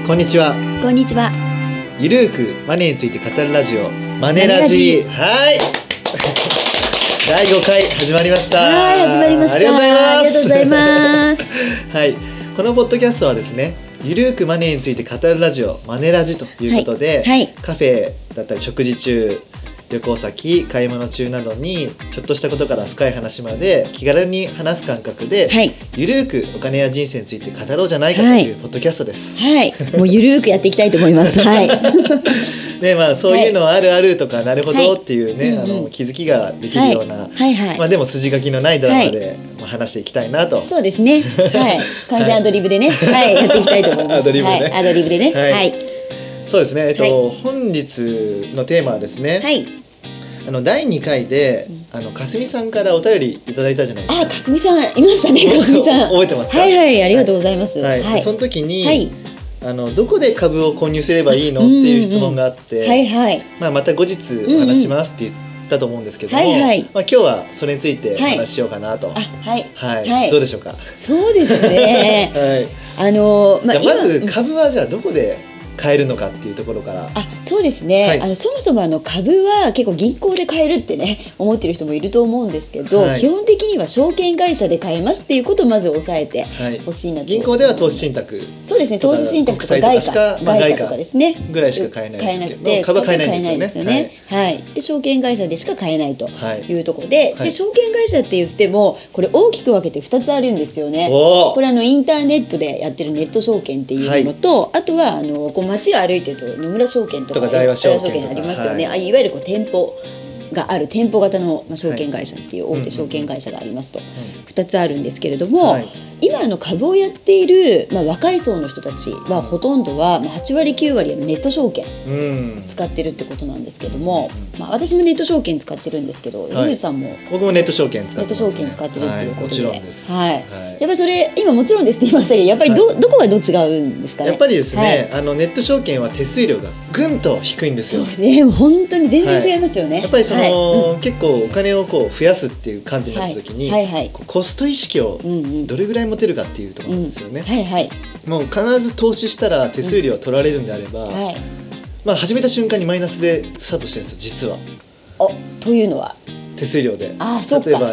こんにちは。 こんにちは。 ゆるーくマネーについて語るラジオマネラジ。はい第5回始まりました。 はい、始まりました。 ありがとうございます。 ありがとうございますはい、このポッドキャストはですね、ゆるーくマネーについて語るラジオマネラジということで、 はい、 カフェだったり食事中、旅行先、買い物中などにちょっとしたことから深い話まで気軽に話す感覚で、 はい、 ゆるーくお金や人生について語ろうじゃないかというポッドキャストです。 はい、もうゆるーくやっていきたいと思います。はい。 ね、まあそういうのあるあるとか、なるほどっていうね、 はい、 気づきができるような、 はいはい、 まあでも筋書きのないドラマで、まあ、話していきたいなと。 そうですね。はい、完全アドリブでね、はい、やっていきたいと思います。 アドリブでね、 はい、アドリブでね、はい。 そうですね。本日のテーマはですね。はい。第2回でかすみさんからお便りいただいたじゃないですか。 かすみさんいましたね。かすみさん覚えてますか？ はいはい、ありがとうございます。 はい。その時にどこで株を購入すればいいのっていう質問があって、はいはい。まあまた後日お話しますって言ったと思うんですけども、はいはい。まあ今日はそれについてお話ししようかなと。はいはい。どうでしょうか？ そうですね。はい。 じゃあまず株はじゃあどこで買えるのかっていうところから。 そうですね、はい、そもそも株は結構銀行で買えるってね思ってる人もいると思うんですけど、はい、基本的には証券会社で買えますっていうことをまず押さえてほしいなと、はい、銀行では投資信託、 そうですね、投資信託とか外貨とかですねぐらいしか買えないんですけど、株は買えないんですよね。 はい、で証券会社でしか買えないというところで、で証券会社って言ってもこれ大きく分けて2つあるんですよね。これインターネットでやってるネット証券っていうものと、あとは街を歩いてると野村証券とか大和証券ありますよね。いわゆる店舗がある店舗型の証券会社っていう大手証券会社がありますと、2つあるんですけれども、今株をやっている、若い層の人たちはほとんどは8割9割ネット証券使ってるってことなんですけども、私もネット証券使ってるんですけど、山口さんも僕もネット証券使ってますね。 ネット証券使ってるっていうことで、 もちろんです。 やっぱりそれ今もちろんですって言いましたけど、やっぱりどこがどう違うんですかね。 やっぱりですね、ネット証券は手数料がぐんと低いんですよ。 そうね、本当に全然違いますよね。 やっぱり結構お金を増やすっていう観点になった時に、コスト意識をどれぐらい持てるかっていうところなんですよね。もう必ず投資したら手数料を取られるんであれば、始めた瞬間にマイナスでスタートしてるんですよ、実は。 というのは手数料で、例えば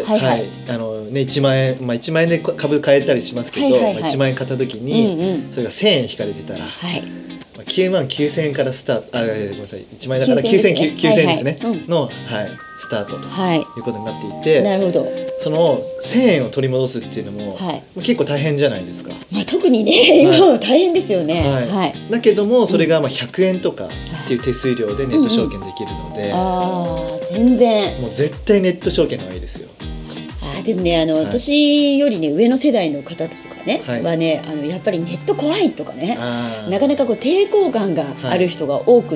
1万円、1万円で株買えたりしますけど、1万円買った時にそれが1000円引かれてたら、9万9000円からスタート、ごめんなさい、1万円だから9000円ですねのスタートということになっていて、なるほど、その1000円を取り戻すっていうのも結構大変じゃないですか。 特にね今は大変ですよね。 だけどもそれが100円とかっていう手数料でネット証券できるので、 全然もう絶対ネット証券の方がいいですよ。 でもね、私よりね上の世代の方とかね、はねやっぱりネット怖いとかね、なかなか抵抗感がある人が多くって、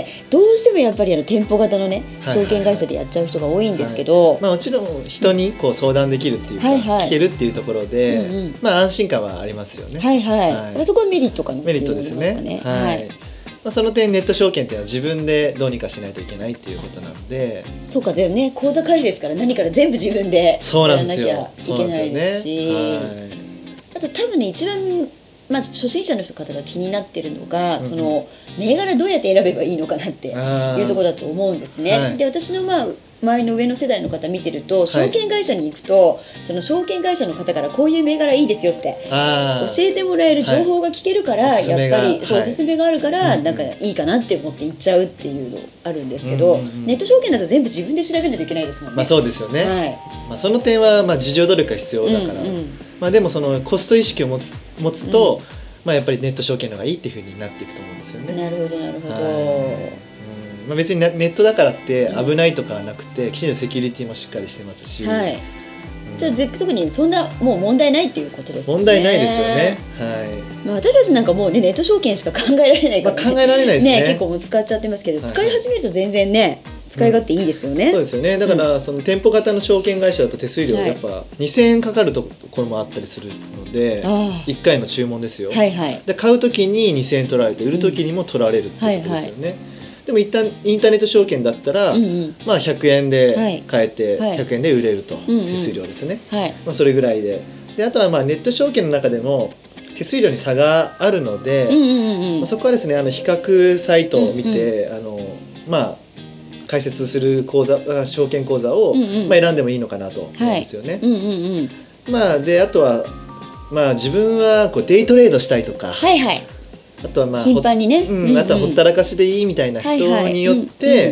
どうしてもやっぱり店舗型のね証券会社でやっちゃう人が多いんですけど、 もちろん人に相談できるっていうか、聞けるっていうところで、安心感はありますよね。 そこはメリットかな。 メリットですね。その点ネット証券っていうのは自分でどうにかしないといけないっていうことなんで、 そうかだよね、口座開設から何から全部自分でやらなきゃいけないですし、あと多分ね一番初心者の方が気になってるのが、その銘柄どうやって選べばいいのかなっていうところだと思うんですね。で私の周りの上の世代の方見てると、証券会社に行くとその証券会社の方からこういう銘柄いいですよって教えてもらえる情報が聞けるから、やっぱりおすすめがあるからなんかいいかなって思って行っちゃうっていうのあるんですけど、ネット証券だと全部自分で調べないといけないですもんね。 そうですよね。その点は自助努力が必要だから、でもそのコスト意識を持つと、やっぱりネット証券の方がいいっていうふうになっていくと思うんですよね。 なるほどなるほど。 別にネットだからって危ないとかはなくて、きちんとセキュリティもしっかりしてますし、じゃあ特にそんなもう問題ないっていうことですね。問題ないですよね。私たちなんかもうねネット証券しか考えられないから、 考えられないですね。 結構もう使っちゃってますけど、使い始めると全然ね使い勝手いいですよね。 そうですよね。だからその店舗型の証券会社だと手数料やっぱ2000円かかるところもあったりするので、1回の注文ですよ。で買う時に2000円取られて売る時にも取られるってことですよね。でも一旦インターネット証券だったら、100円で買えて100円で売れると、手数料ですね。それぐらいで、あとはネット証券の中でも手数料に差があるので、そこはですね比較サイトを見て、解説する証券口座を、選んでもいいのかなと思うんですよね。であとは、自分はこうデイトレードしたいとか、あとは頻繁にね、 あとはほったらかしでいいみたいな人によって、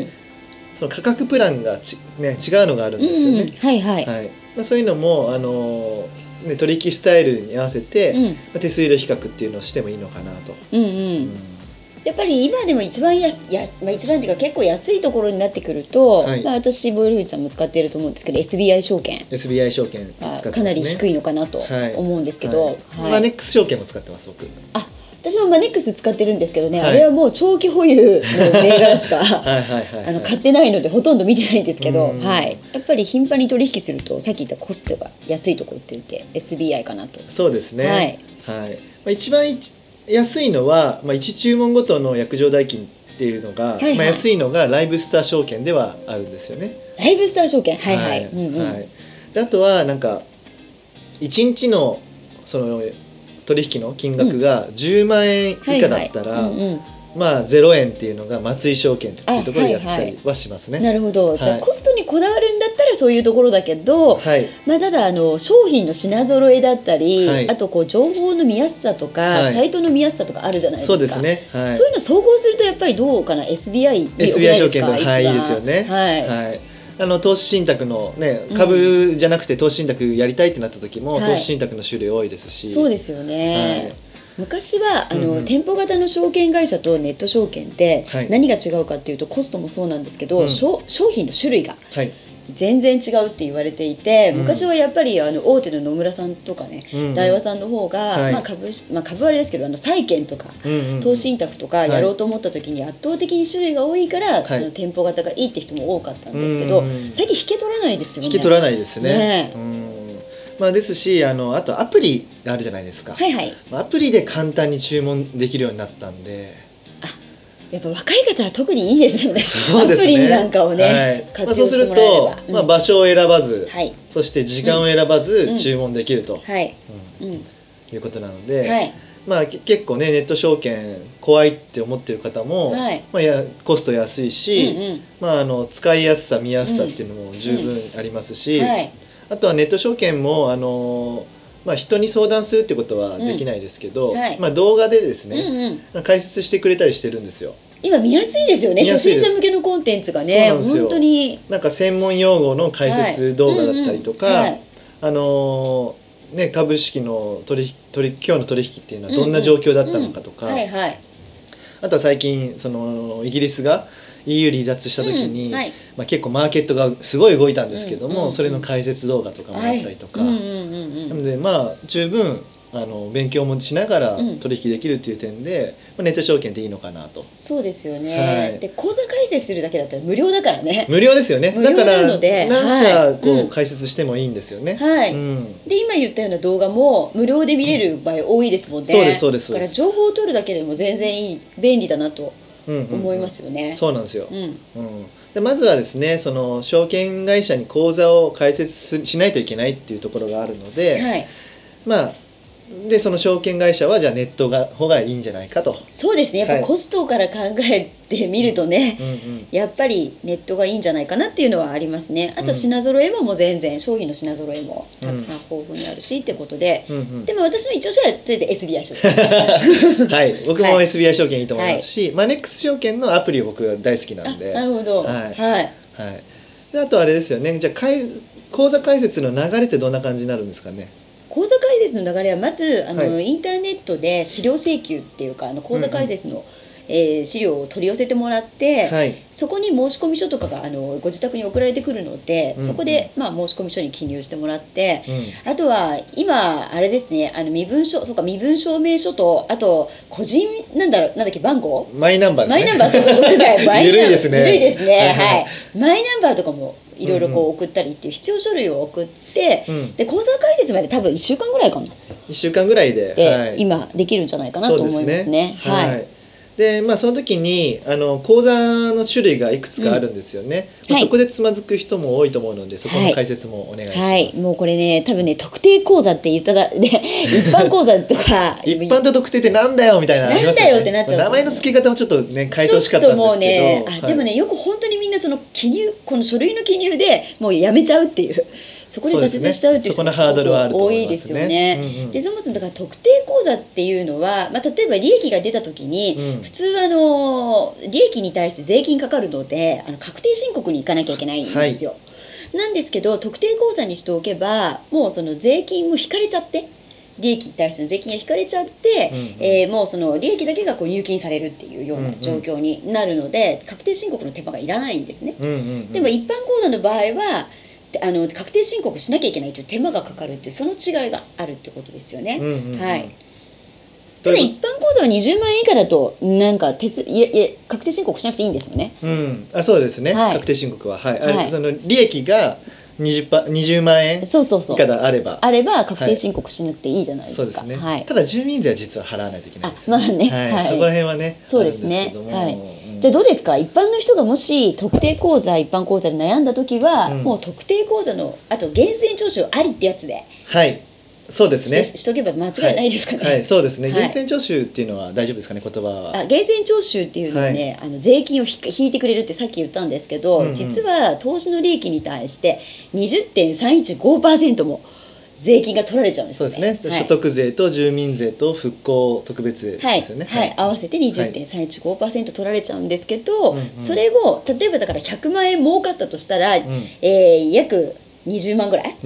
その価格プランが違うのがあるんですよね。そういうのも取引スタイルに合わせて、手数料比較っていうのをしてもいいのかなと。 やっぱり今でも一番っていうか結構安いところになってくると、私ボイルフーズさんも使っていると思うんですけど SBI 証券使ってますね。 かなり低いのかなと思うんですけど、 マネックス証券も使ってます。僕私もマネックス使ってるんですけどね、あれはもう長期保有の銘柄しか買ってないのでほとんど見てないんですけど、やっぱり頻繁に取引するとさっき言ったコストが安いところって言って SBI かなと。 そうですね。一番安いのは、1注文ごとの約定代金っていうのが、安いのがライブスター証券ではあるんですよね。 ライブスター証券、 であとはなんか1日のその取引の金額が10万円以下だったら、0円っていうのが松井証券っていうところでやったりはしますね。 なるほど。じゃあコストにこだわるんだったらそういうところだけど、ただ商品の品揃えだったり、あとこう情報の見やすさとか、サイトの見やすさとかあるじゃないですか。 そうですね。 そういうの総合するとやっぱりどうかな、 SBI 証券のいいですよね。投資信託の株じゃなくて投資信託やりたいってなった時も、投資信託の種類多いですし。 そうですよね。昔は店舗型の証券会社とネット証券って何が違うかっていうと、コストもそうなんですけど、商品の種類が全然違うって言われていて、昔はやっぱり大手の野村さんとかね、大和さんの方が、株はあれですけど債券とか投資信託とかやろうと思った時に圧倒的に種類が多いから、店舗型がいいって人も多かったんですけど、最近引け取らないですよね。 引け取らないですね。ですしあとアプリがあるじゃないですか。アプリで簡単に注文できるようになったんで、 やっぱ若い方は特にいいですよね。 そうですね。 アプリなんかをね、活用してもらえれば。 そうすると、場所を選ばず、そして時間を選ばず注文できるということなので、結構ねネット証券怖いって思ってる方も、コスト安いし、使いやすさ見やすさっていうのも十分ありますし、あとはネット証券も人に相談するってことはできないですけど、動画でですね、解説してくれたりしてるんですよ。 今見やすいですよね。初心者向けのコンテンツがね、本当になんか専門用語の解説動画だったりとか、株式の今日の取引っていうのはどんな状況だったのかとか、あとは最近イギリスがEU 離脱した時に、結構マーケットがすごい動いたんですけども、それの解説動画とかもあったりとか、なので十分勉強もしながら取引できるっていう点で、ネット証券っていいのかなと。 そうですよね。で口座開設するだけだったら無料だからね。 無料ですよね。だから何社解説してもいいんですよね。 で今言ったような動画も無料で見れる場合多いですもんね。 そうですそうです。 だから情報を取るだけでも全然便利だなと思いますよね。 そうなんですよ。でまずはですね、その証券会社に口座を開設しないといけないっていうところがあるので、でその証券会社はじゃあネットが方がいいんじゃないかと。 そうですね。やっぱコストから考えてみるとね、やっぱりネットがいいんじゃないかなっていうのはありますね。あと品揃えも全然商品の品揃えもたくさん豊富にあるしってことで、でも私の一押しはとりあえず SBI 証券。 はい、僕も SBI 証券いいと思いますし、マネックス証券のアプリ僕は大好きなんで。 なるほど。 であとあれですよね。じゃあ口座開設の流れってどんな感じになるんですかね。 口座開設の流れはまずインターネットで資料請求っていうか口座開設の資料を取り寄せてもらって、そこに申込書とかがご自宅に送られてくるので、そこで申込書に記入してもらって、あとは今あれですね、身分証明書と、あと個人なんだっけ番号、 マイナンバーですね。 マイナンバー、そうごめんなさい。 緩いですね。 緩いですね。マイナンバーとかもいろいろ送ったりっていう必要書類を送って、で口座開設まで多分1週間ぐらいかな。 1週間ぐらいで今できるんじゃないかなと思いますね。 でその時に口座の種類がいくつかあるんですよね、そこでつまずく人も多いと思うので、そこの解説もお願いします。 はい、もうこれね、多分ね、特定口座って言ったらね一般口座とか一般と特定ってなんだよみたいな、 なんだよってなっちゃう、 名前の付け方もちょっとね変えてほしかったんですけど、 でもね、よく本当にみんなその記入、この書類の記入でもうやめちゃうっていう、そこで挫折しちゃうっていう人が多いですよね。でそもそもだから特定口座っていうのは、例えば利益が出た時に、普通利益に対して税金かかるので確定申告に行かなきゃいけないんですよ。なんですけど特定口座にしておけば、もうその税金も引かれちゃって、利益に対しての税金が引かれちゃって、もうその利益だけがこう入金されるっていうような状況になるので、確定申告の手間がいらないんですね。でも一般口座の場合は確定申告しなきゃいけないという手間がかかるっていう、その違いがあるってことですよね。はい。ただ一般口座は20万円以下だとなんか確定申告しなくていいんですよね。 そうですね、確定申告は、その利益が20万円以下であれば確定申告しなくていいじゃないですか。 そうですね。ただ住民税は実は払わないといけないです。 そこら辺はね、 そうですね。じゃあどうですか、一般の人がもし特定口座、一般口座で悩んだ時は、もう特定口座のあと源泉徴収ありってやつで、 そうですね、 しとけば間違いないですかね。 そうですね。源泉徴収っていうのは大丈夫ですかね、言葉は。 源泉徴収っていうのはね、税金を引いてくれるってさっき言ったんですけど、実は投資の利益に対して 20.315% も税金が取られちゃうんですね。 そうですね。所得税と住民税と復興特別税ですよね。 合わせて 20.315% 取られちゃうんですけど、それを例えばだから100万円儲かったとしたら、約20万ぐらい、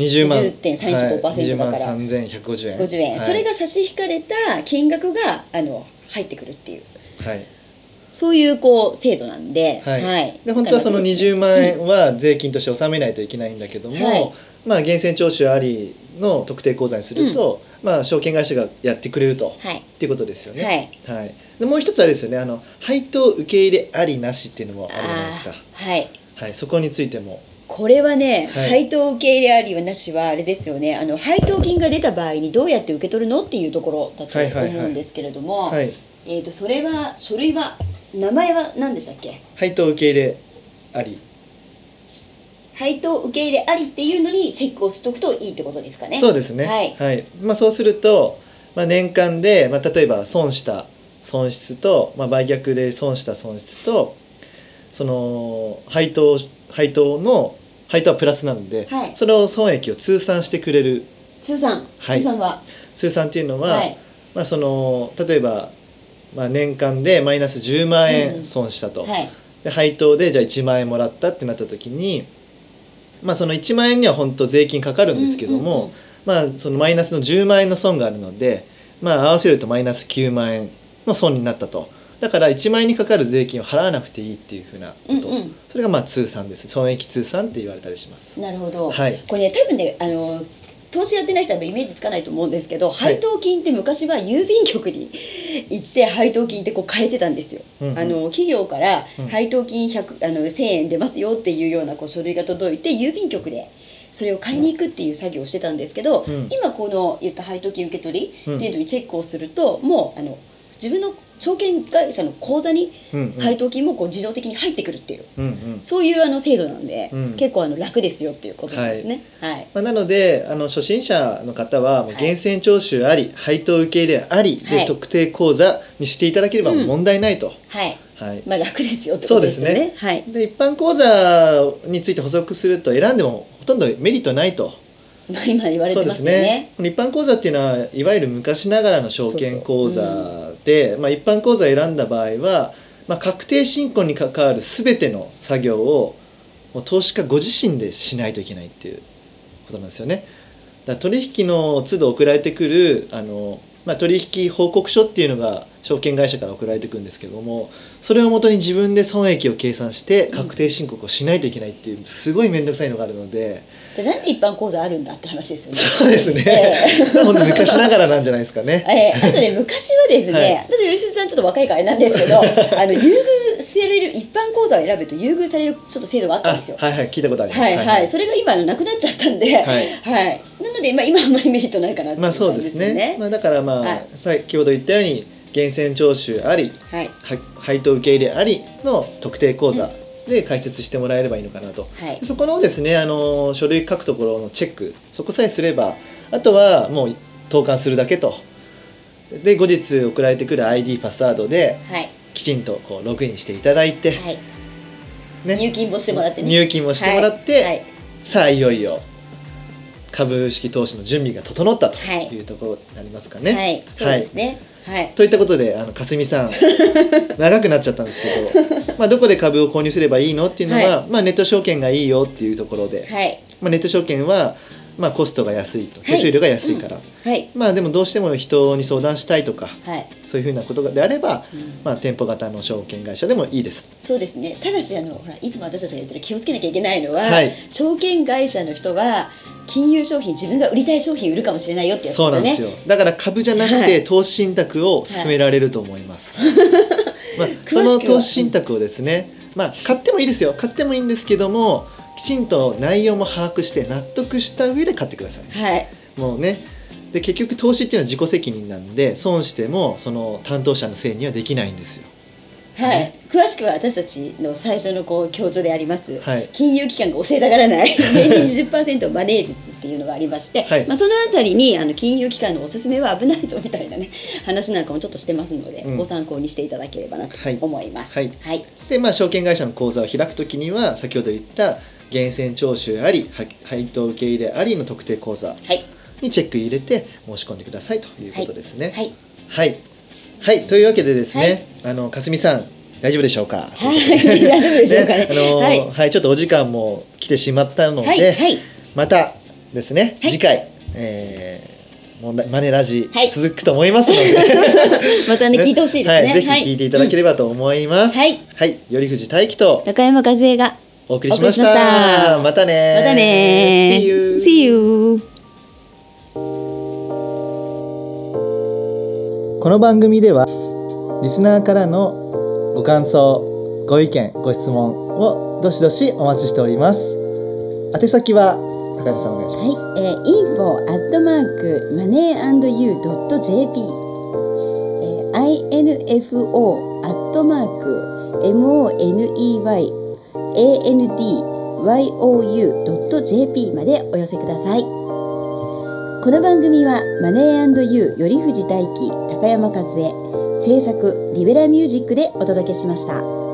20.315% だから 203150円、 それが差し引かれた金額が入ってくるっていう、そういう制度なんで、 で本当はその20万円は税金として納めないといけないんだけども、源泉徴収ありの特定口座にすると、証券会社がやってくれると、っていうことですよね。でもう一つあれですよね、配当受け入れありなしっていうのもあるじゃないですか。そこについても。 これはね、配当受け入れありはなしはあれですよね、配当金が出た場合にどうやって受け取るのっていうところだと思うんですけれども、それは書類は名前は何でしたっけ？ 配当受け入れあり。 配当受け入れありっていうのにチェックをしとくといいってことですかね。 そうですね。そうすると、年間で、例えば損した損失と、売却で損した損失と、その配当はプラスなので、それを損益を通算してくれる。 通算っていうのは、その例えば、年間でマイナス10万円損したと、で配当でじゃあ1万円もらったってなった時に、その1万円には本当税金かかるんですけども、そのマイナスの10万円の損があるので、合わせるとマイナス9万円の損になったと。だから1万円にかかる税金を払わなくていいっていうふうなこと、それが通算です。損益通算って言われたりします。 なるほど。これね、多分ね、投資やってない人はイメージつかないと思うんですけど、配当金って昔は郵便局に行って配当金って変えてたんですよ。企業から配当金1000円出ますよっていうような書類が届いて、郵便局でそれを買いに行くっていう作業をしてたんですけど、今この言った配当金受け取りっていうのにチェックをすると、もう自分の証券会社の口座に配当金も自動的に入ってくるっていう、そういう制度なんで、結構楽ですよっていうことなんですね。 なので初心者の方は源泉徴収あり、配当受け入れありで特定口座にしていただければ問題ないと。 楽ですよってことですよね。 で一般口座について補足すると、選んでもほとんどメリットないと。 今言われてますよね。 一般口座っていうのはいわゆる昔ながらの証券口座で、一般口座を選んだ場合は、確定申告に関わる全ての作業を投資家ご自身でしないといけないっていうことなんですよね。だから取引の都度送られてくる取引報告書っていうのが証券会社から送られてくるんですけども、それをもとに自分で損益を計算して確定申告をしないといけないっていう、すごい面倒くさいのがあるので。 じゃあなんで一般口座あるんだって話ですよね。 そうですね。本当昔ながらなんじゃないですかね。 あとね、昔はですね、吉田さんちょっと若いからあれなんですけど、優遇される一般口座を選ぶと優遇されるちょっと制度があったんですよ。 聞いたことあります。 それが今なくなっちゃったんで、なので今あんまりメリットないかなっていう感じですよね。 だから先ほど言ったように源泉徴収あり、配当受け入れありの特定口座で開設してもらえればいいのかなと、そこのですね書類書くところのチェック、そこさえすればあとはもう投函するだけと。で後日送られてくる ID パスワードできちんとこうログインしていただいて、 入金もしてもらってね、 入金もしてもらって、さあいよいよ株式投資の準備が整ったというところになりますかね。 そうですね。 といったことでかすみさん長くなっちゃったんですけどどこで株を購入すればいいのっていうのは、ネット証券がいいよっていうところで、ネット証券はコストが安いと、手数料が安いから、でもどうしても人に相談したいとか、そういうふうなことであれば、店舗型の証券会社でもいいです。 そうですね。ただしほらいつも私たちが言ってる気をつけなきゃいけないのは、証券会社の人は金融商品、自分が売りたい商品売るかもしれないよってやつですよね。そうなんですよ。だから株じゃなくて投資信託を勧められると思います。その投資信託をですね、買ってもいいですよ。買ってもいいんですけども、きちんと内容も把握して納得した上で買ってください。もうね。で結局投資っていうのは自己責任なんで、損してもその担当者のせいにはできないんですよ。 詳しくは私たちの最初の強調であります、金融機関が教えたがらない年利 20% マネー術っていうのがありまして、そのあたりに金融機関のおすすめは危ないぞみたいなね話なんかもちょっとしてますので、ご参考にしていただければなと思います。 で証券会社の口座を開くときには先ほど言った源泉徴収あり配当受け入れありの特定口座にチェック入れて申し込んでくださいということですね。というわけでですね、かすみさん大丈夫でしょうか。 大丈夫でしょうかね。 ちょっとお時間も来てしまったので、またですね次回マネラジ続くと思いますのでまたね聞いてほしいですね。 ぜひ聞いていただければと思います。頼藤大樹と高山和恵がお送りしました。またね。 See you。 この番組ではリスナーからのご感想、ご意見、ご質問をどしどしお待ちしております。宛先は高山さんお願いします。 info@moneyandYou.jp、info@moneyandYou.jp までお寄せください。この番組はマネー&ユー頼藤大樹、高山和恵、制作リベラミュージックでお届けしました。